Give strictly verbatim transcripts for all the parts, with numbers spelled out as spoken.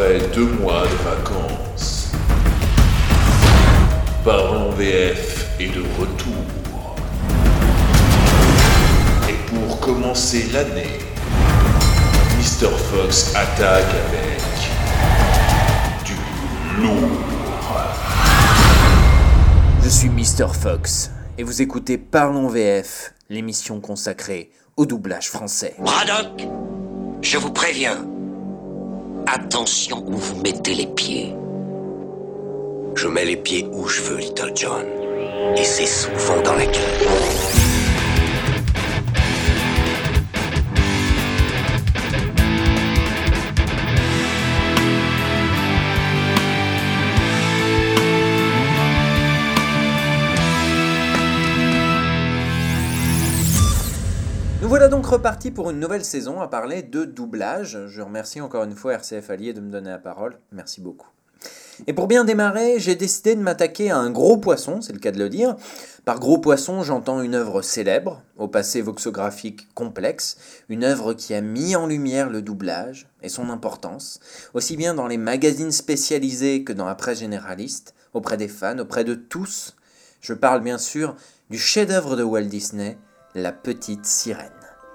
Après deux mois de vacances, Parlons V F est de retour. Et pour commencer l'année, mister Fox attaque avec du lourd. Je suis mister Fox et vous écoutez Parlons V F, l'émission consacrée au doublage français. Braddock, je vous préviens. Attention où vous mettez les pieds. Je mets les pieds où je veux, Little John. Et c'est souvent dans la gueule. Nous voilà donc repartis pour une nouvelle saison à parler de doublage. Je remercie encore une fois R C F Allier de me donner la parole. Merci beaucoup. Et pour bien démarrer, j'ai décidé de m'attaquer à un gros poisson, c'est le cas de le dire. Par gros poisson, j'entends une œuvre célèbre, au passé voxographique complexe, une œuvre qui a mis en lumière le doublage et son importance, aussi bien dans les magazines spécialisés que dans la presse généraliste, auprès des fans, auprès de tous. Je parle bien sûr du chef-d'œuvre de Walt Disney, La Petite Sirène.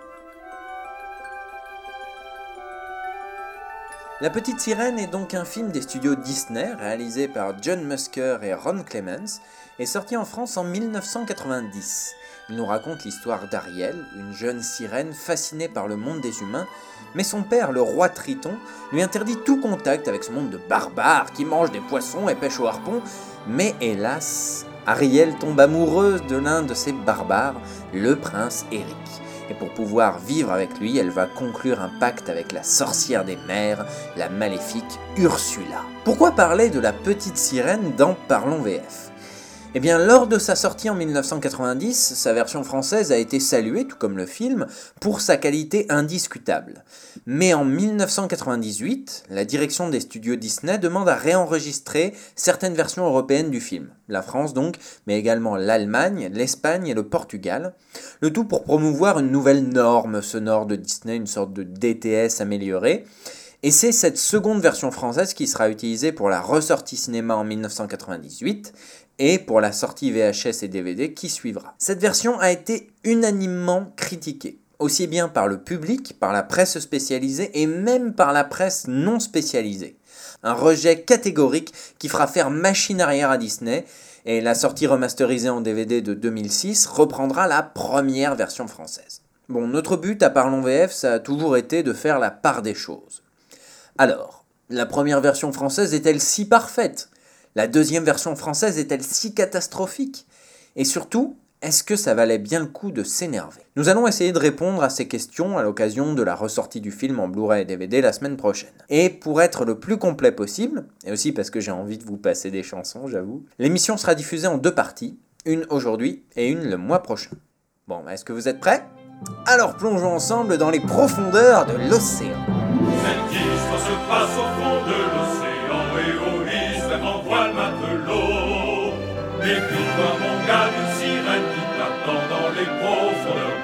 La Petite Sirène est donc un film des studios Disney, réalisé par John Musker et Ron Clements, et sorti en France en dix-neuf cent quatre-vingt-dix. Il nous raconte l'histoire d'Ariel, une jeune sirène fascinée par le monde des humains, mais son père, le roi Triton, lui interdit tout contact avec ce monde de barbares qui mangent des poissons et pêchent au harpon, mais hélas, Ariel tombe amoureuse de l'un de ces barbares, le prince Eric. Et pour pouvoir vivre avec lui, elle va conclure un pacte avec la sorcière des mers, la maléfique Ursula. Pourquoi parler de la Petite Sirène dans Parlons V F ? Eh bien, lors de sa sortie en dix-neuf cent quatre-vingt-dix, sa version française a été saluée, tout comme le film, pour sa qualité indiscutable. Mais en dix-neuf cent quatre-vingt-dix-huit, la direction des studios Disney demande à réenregistrer certaines versions européennes du film. La France donc, mais également l'Allemagne, l'Espagne et le Portugal. Le tout pour promouvoir une nouvelle norme sonore de Disney, une sorte de D T S améliorée. Et c'est cette seconde version française qui sera utilisée pour la ressortie cinéma en dix-neuf cent quatre-vingt-dix-huit et pour la sortie V H S et D V D qui suivra. Cette version a été unanimement critiquée, aussi bien par le public, par la presse spécialisée et même par la presse non spécialisée. Un rejet catégorique qui fera faire machine arrière à Disney, et la sortie remasterisée en D V D de deux mille six reprendra la première version française. Bon, notre but à Parlons V F, ça a toujours été de faire la part des choses. Alors, la première version française est-elle si parfaite ? La deuxième version française est-elle si catastrophique ? Et surtout, est-ce que ça valait bien le coup de s'énerver ? Nous allons essayer de répondre à ces questions à l'occasion de la ressortie du film en Blu-ray et D V D la semaine prochaine. Et pour être le plus complet possible, et aussi parce que j'ai envie de vous passer des chansons, j'avoue, l'émission sera diffusée en deux parties, une aujourd'hui et une le mois prochain. Bon, est-ce que vous êtes prêts ? Alors plongeons ensemble dans les profondeurs de l'océan. Cette histoire se passe au fond de l'océan et au risque en voile matelot. Et puis toi mon gars, une sirène qui t'attend dans les profondeurs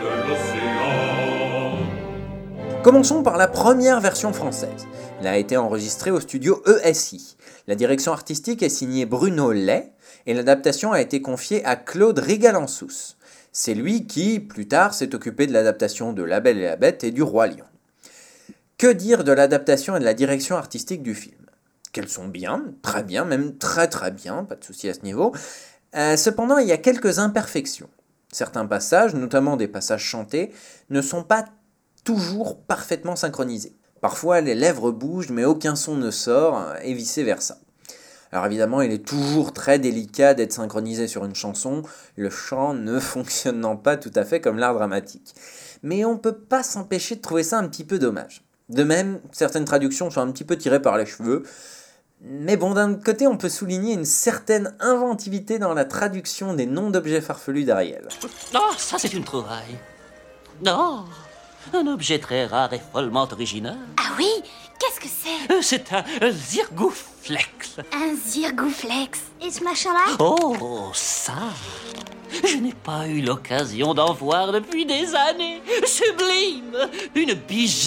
de l'océan. Commençons par la première version française. Elle a été enregistrée au studio E S I. La direction artistique est signée Bruno Lay et l'adaptation a été confiée à Claude Rigalensus. C'est lui qui, plus tard, s'est occupé de l'adaptation de La Belle et la Bête et du Roi Lion. Que dire de l'adaptation et de la direction artistique du film ? Qu'elles sont bien, très bien, même très très bien, pas de souci à ce niveau. Euh, cependant, il y a quelques imperfections. Certains passages, notamment des passages chantés, ne sont pas toujours parfaitement synchronisés. Parfois, les lèvres bougent, mais aucun son ne sort, et vice-versa. Alors évidemment, il est toujours très délicat d'être synchronisé sur une chanson, le chant ne fonctionnant pas tout à fait comme l'art dramatique. Mais on peut pas s'empêcher de trouver ça un petit peu dommage. De même, certaines traductions sont un petit peu tirées par les cheveux, mais bon, d'un autre côté, on peut souligner une certaine inventivité dans la traduction des noms d'objets farfelus d'Ariel. Oh, ça c'est une trouvaille. Non, un objet très rare et follement original. Ah oui? Qu'est-ce que c'est? Euh, C'est un, un zirgouflex. Un zirgouflex. Et ce machin-là? Oh, ça, je n'ai pas eu l'occasion d'en voir depuis des années. Sublime, une bigette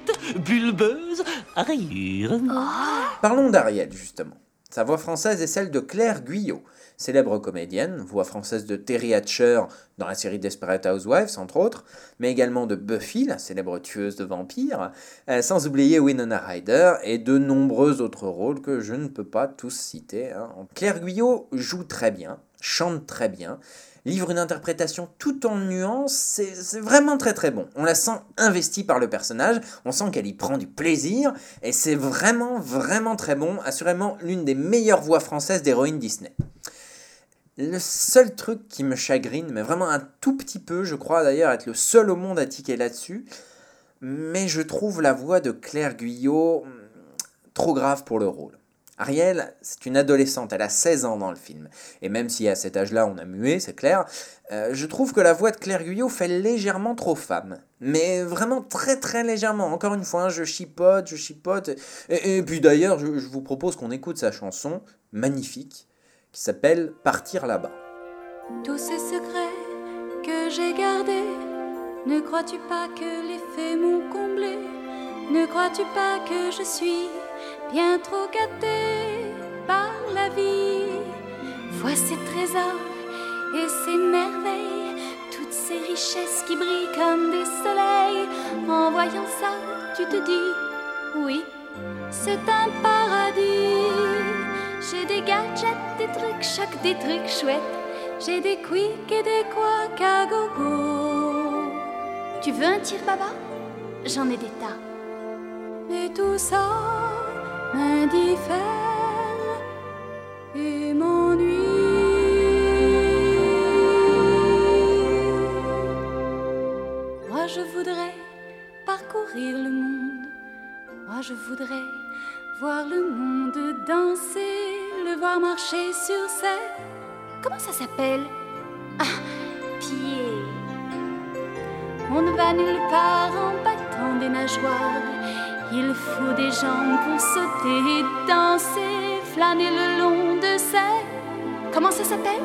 petite, bulbeuse, à rayures. Parlons d'Ariel, justement. Sa voix française est celle de Claire Guyot, célèbre comédienne, voix française de Terry Hatcher dans la série Desperate Housewives, entre autres, mais également de Buffy, la célèbre tueuse de vampires, euh, sans oublier Winona Ryder et de nombreux autres rôles que je ne peux pas tous citer. Hein. Claire Guyot joue très bien, chante très bien, livre une interprétation tout en nuances, c'est, c'est vraiment très très bon. On la sent investie par le personnage, on sent qu'elle y prend du plaisir, et c'est vraiment vraiment très bon, assurément l'une des meilleures voix françaises d'héroïnes Disney. Le seul truc qui me chagrine, mais vraiment un tout petit peu, je crois d'ailleurs être le seul au monde à tiquer là-dessus, mais je trouve la voix de Claire Guyot trop grave pour le rôle. Ariel, c'est une adolescente, elle a seize ans dans le film. Et même si à cet âge-là on a mué, c'est clair, euh, je trouve que la voix de Claire Guyot fait légèrement trop femme. Mais vraiment très très légèrement. Encore une fois, hein, je chipote, je chipote. Et, et puis d'ailleurs, je, je vous propose qu'on écoute sa chanson, magnifique, qui s'appelle « Partir là-bas ». Tous ces secrets que j'ai gardés, ne crois-tu pas que les faits m'ont comblé? Ne crois-tu pas que je suis bien trop gâtée par la vie? Vois ces trésors et ces merveilles, toutes ces richesses qui brillent comme des soleils. En voyant ça, tu te dis, oui, c'est un paradis. J'ai des gadgets, des trucs chocs, des trucs chouettes. J'ai des quicks et des couacs à gogo. Tu veux un tire-baba? J'en ai des tas. Mais tout ça m'indiffère et m'ennuie. Moi je voudrais parcourir le monde. Moi je voudrais voir le monde danser, le voir marcher sur ses... Comment ça s'appelle? Ah, pieds. On ne va nulle part en battant des nageoires. Il faut des jambes pour sauter et danser, flâner le long de ces... Comment ça s'appelle?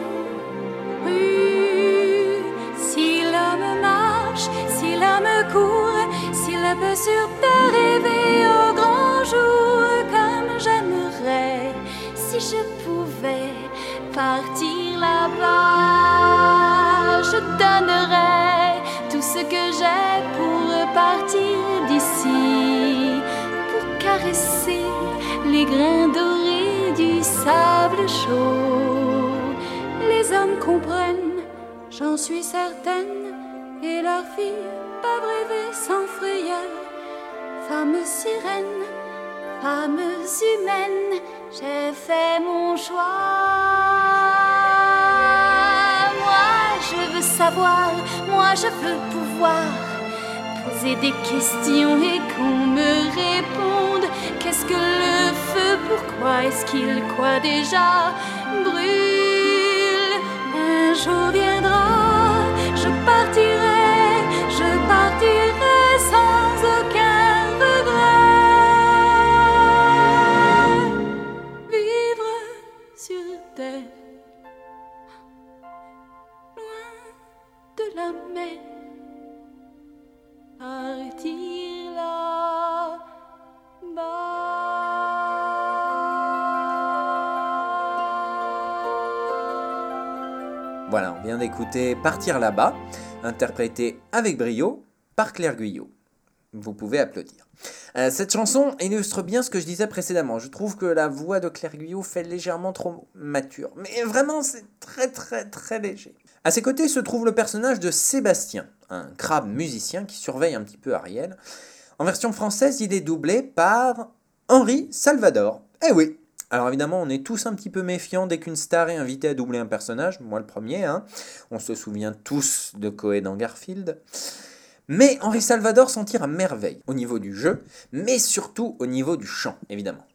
Rue. Si l'homme marche, si l'homme court, s'il peut sur terre rêver au grand jour, comme j'aimerais, si je pouvais partir là-bas, je donnerais tout ce que j'ai pour partir d'ici, pour caresser les grains dorés du sable chaud. Les hommes comprennent, j'en suis certaine, et leurs filles peuvent rêver sans frayeur. Femmes sirènes, femmes humaines, j'ai fait mon choix. Moi je veux savoir, moi je veux pouvoir poser des questions et qu'on me réponde. Qu'est-ce que le feu, pourquoi est-ce qu'il quoi déjà brûle? Un jour viendra, je partirai, je partirai sans aucun regret. Vivre sur terre, loin de la mer, partir là-bas. Voilà, on vient d'écouter Partir là-bas, interprété avec brio par Claire Guyot. Vous pouvez applaudir. Euh, cette chanson illustre bien ce que je disais précédemment. Je trouve que la voix de Claire Guyot fait légèrement trop mature. Mais vraiment, c'est très très très léger. À ses côtés se trouve le personnage de Sébastien, un crabe musicien qui surveille un petit peu Ariel. En version française, il est doublé par Henri Salvador. Eh oui! Alors évidemment, on est tous un petit peu méfiants dès qu'une star est invitée à doubler un personnage. Moi le premier, hein. On se souvient tous de Coé dans Garfield. Mais Henri Salvador s'en tire à merveille au niveau du jeu, mais surtout au niveau du chant, évidemment.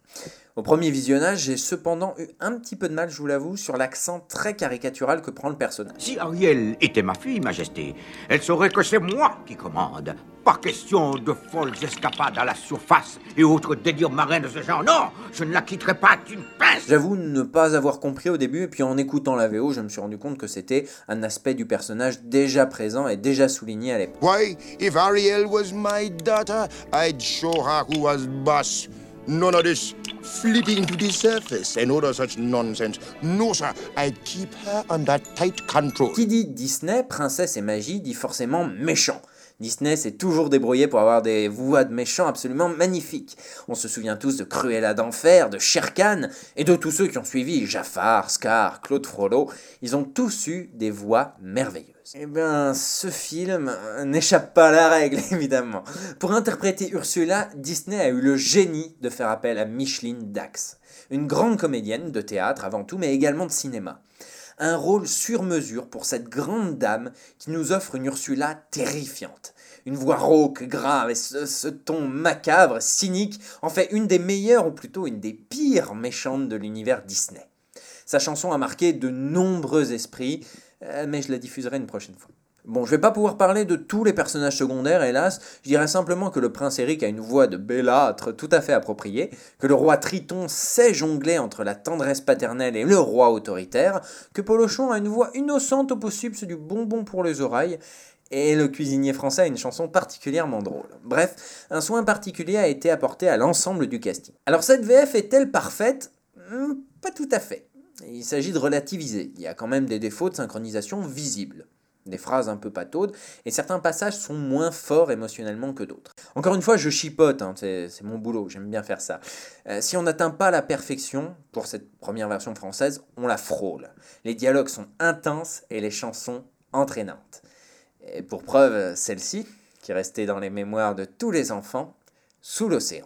Au premier visionnage, j'ai cependant eu un petit peu de mal, je vous l'avoue, sur l'accent très caricatural que prend le personnage. Si Ariel était ma fille, Majesté, elle saurait que c'est moi qui commande. Pas question de folles escapades à la surface et autres délires marins de ce genre. Non, je ne la quitterai pas d'une pince. J'avoue ne pas avoir compris au début, et puis en écoutant la V O, je me suis rendu compte que c'était un aspect du personnage déjà présent et déjà souligné à l'époque. Why, if Ariel was my daughter, I'd show her who was boss. None of this flitting to the surface and other such nonsense. No, sir, I'd keep her under tight control. Qui dit Disney, princesse et magie, dit forcément méchant. Disney s'est toujours débrouillé pour avoir des voix de méchants absolument magnifiques. On se souvient tous de Cruella d'Enfer, de Shere Khan, et de tous ceux qui ont suivi, Jafar, Scar, Claude Frollo. Ils ont tous eu des voix merveilleuses. Eh bien, ce film n'échappe pas à la règle, évidemment. Pour interpréter Ursula, Disney a eu le génie de faire appel à Micheline Dax, une grande comédienne de théâtre avant tout, mais également de cinéma. Un rôle sur mesure pour cette grande dame qui nous offre une Ursula terrifiante. Une voix rauque, grave et ce, ce ton macabre, cynique, en fait une des meilleures ou plutôt une des pires méchantes de l'univers Disney. Sa chanson a marqué de nombreux esprits, euh, mais je la diffuserai une prochaine fois. Bon, je vais pas pouvoir parler de tous les personnages secondaires, hélas, je dirais simplement que le prince Eric a une voix de bellâtre tout à fait appropriée, que le roi Triton sait jongler entre la tendresse paternelle et le roi autoritaire, que Polochon a une voix innocente au possible, c'est du bonbon pour les oreilles, et le cuisinier français a une chanson particulièrement drôle. Bref, un soin particulier a été apporté à l'ensemble du casting. Alors cette V F est-elle parfaite ? Pas tout à fait. Il s'agit de relativiser, il y a quand même des défauts de synchronisation visibles. Des phrases un peu pataudes, et certains passages sont moins forts émotionnellement que d'autres. Encore une fois, je chipote, hein, c'est, c'est mon boulot, j'aime bien faire ça. Euh, si on n'atteint pas la perfection, pour cette première version française, on la frôle. Les dialogues sont intenses et les chansons entraînantes. Et pour preuve, celle-ci, qui est restée dans les mémoires de tous les enfants, Sous l'océan.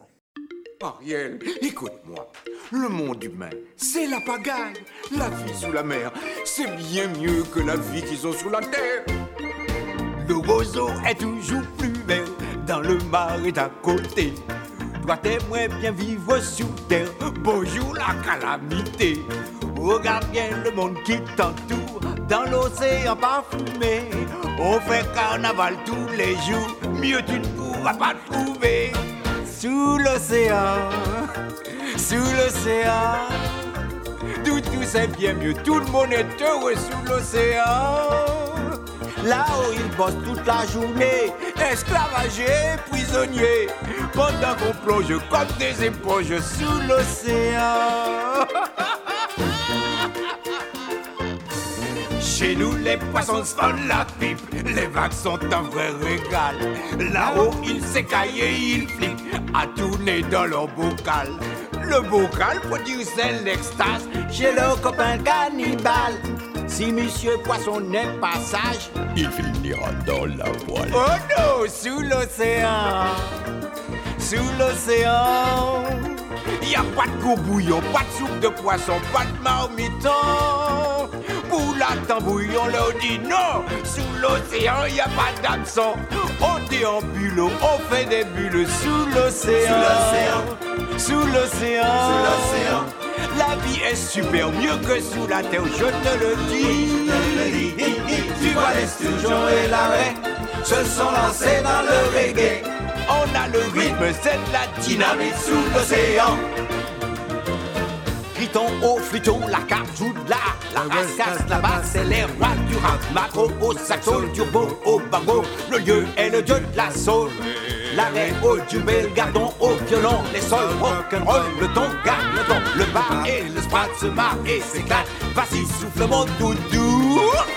Ariel, écoute-moi. Le monde humain, c'est la pagaille. La vie sous la mer, c'est bien mieux que la vie qu'ils ont sous la terre. Le roseau est toujours plus belle dans le marais d'à côté. Toi t'aimerais bien vivre sous terre. Bonjour la calamité. Regarde bien le monde qui t'entoure dans l'océan parfumé. On fait carnaval tous les jours. Mieux tu ne pourras pas trouver. Sous l'océan, sous l'océan, tout, tout c'est bien mieux, tout le monde est heureux sous l'océan. Là-haut ils bossent toute la journée, esclavagés, prisonniers, pendant qu'on plonge comme des éponges sous l'océan. Chez nous, les poissons se font la pipe, les vagues sont un vrai régal. Là-haut, ils s'écaillent et ils flippent à tourner dans leur bocal. Le bocal produit l'extase chez leurs copains cannibales. Si monsieur poisson n'est pas sage, il finira dans la voile. Oh non, sous l'océan, sous l'océan, y a pas de gros bouillon, pas de soupe de poisson, pas de marmiton. Pour la tambouille, on leur dit non. Sous l'océan, y a pas d'hameçon. On déambule, on fait des bulles sous l'océan. Sous l'océan, sous l'océan, sous l'océan. La vie est super, mieux que sous la terre, je te le dis. Tu vois les Sturgeons et l'arrêt se sont lancés dans le reggae. On a le rythme, c'est de la dynamite sous l'océan. Triton au flûton, la carte joue de l'art. La rascasse, la basse, c'est les rois du rap. Macro au saxo, turbo au bango. Le lieu est le dieu de la soul. L'arrêt au djembé, le gardon au violon. Les sols rock'n'roll, le ton garde le ton. Le bar et le sprat se marrent et s'éclatent. Vas-y, souffle mon doudou.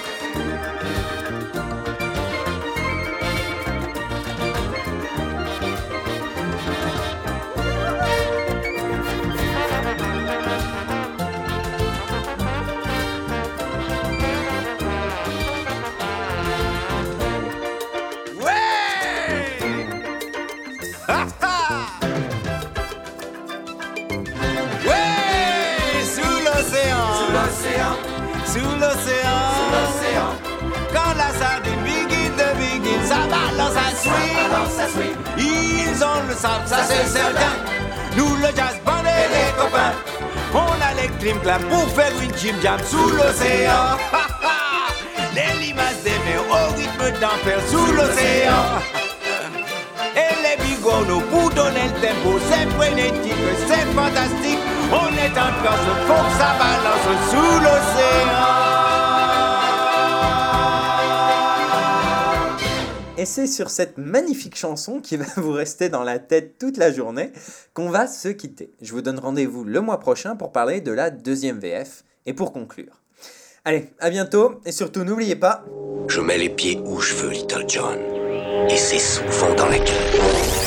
Sous l'océan, sous l'océan, quand la sardine begin de begin, ça balance à suivre. Ils ont le sable, ça c'est certain. Nous le jazz band et les clim clam pour faire une Jim Jam sous l'océan. Les limaces des mers au rythme d'enfer sous l'océan. Et les bigorneaux pour donner le tempo, c'est frénétique, c'est fantastique. On est en transe, faut que ça balance sous l'océan. Et c'est sur cette magnifique chanson qui va vous rester dans la tête toute la journée qu'on va se quitter. Je vous donne rendez-vous le mois prochain pour parler de la deuxième V F et pour conclure. Allez, à bientôt et surtout n'oubliez pas... Je mets les pieds où je veux, Little John. Et c'est souvent dans la gueule.